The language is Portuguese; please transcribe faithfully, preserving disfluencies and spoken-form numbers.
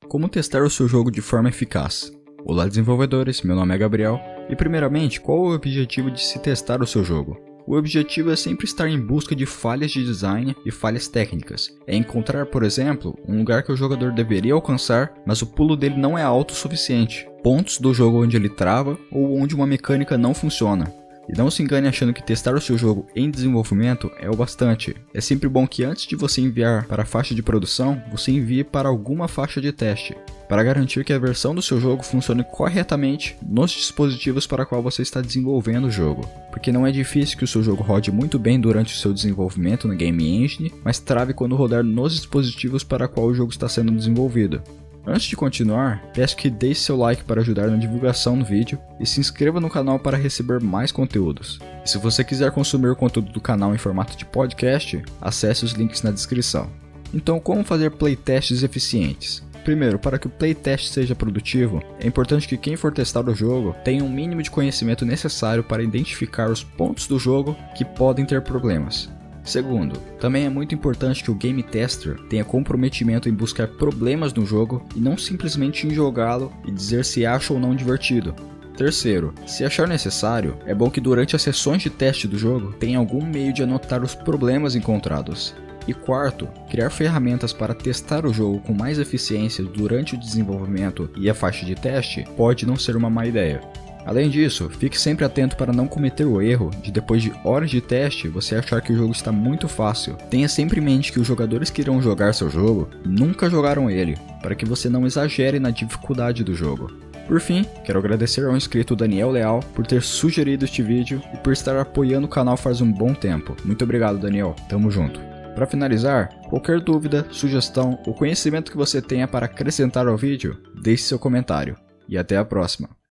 Como testar o seu jogo de forma eficaz? Olá desenvolvedores, meu nome é Gabriel e primeiramente, qual o objetivo de se testar o seu jogo? O objetivo é sempre estar em busca de falhas de design e falhas técnicas. É encontrar, por exemplo, um lugar que o jogador deveria alcançar, mas o pulo dele não é alto o suficiente, pontos do jogo onde ele trava ou onde uma mecânica não funciona. E não se engane achando que testar o seu jogo em desenvolvimento é o bastante. É sempre bom que antes de você enviar para a faixa de produção, você envie para alguma faixa de teste, para garantir que a versão do seu jogo funcione corretamente nos dispositivos para qual você está desenvolvendo o jogo. Porque não é difícil que o seu jogo rode muito bem durante o seu desenvolvimento na Game Engine, mas trave quando rodar nos dispositivos para qual o jogo está sendo desenvolvido. Antes de continuar, peço que deixe seu like para ajudar na divulgação do vídeo e se inscreva no canal para receber mais conteúdos. E se você quiser consumir o conteúdo do canal em formato de podcast, acesse os links na descrição. Então, como fazer playtests eficientes? Primeiro, para que o playtest seja produtivo, é importante que quem for testar o jogo tenha um mínimo de conhecimento necessário para identificar os pontos do jogo que podem ter problemas. Segundo, também é muito importante que o Game Tester tenha comprometimento em buscar problemas no jogo e não simplesmente em jogá-lo e dizer se acha ou não divertido. Terceiro, se achar necessário, é bom que durante as sessões de teste do jogo tenha algum meio de anotar os problemas encontrados. E quarto, criar ferramentas para testar o jogo com mais eficiência durante o desenvolvimento e a faixa de teste pode não ser uma má ideia. Além disso, fique sempre atento para não cometer o erro de depois de horas de teste você achar que o jogo está muito fácil. Tenha sempre em mente que os jogadores que irão jogar seu jogo nunca jogaram ele, para que você não exagere na dificuldade do jogo. Por fim, quero agradecer ao inscrito Daniel Leal por ter sugerido este vídeo e por estar apoiando o canal faz um bom tempo. Muito obrigado, Daniel, tamo junto. Para finalizar, qualquer dúvida, sugestão ou conhecimento que você tenha para acrescentar ao vídeo, deixe seu comentário. E até a próxima.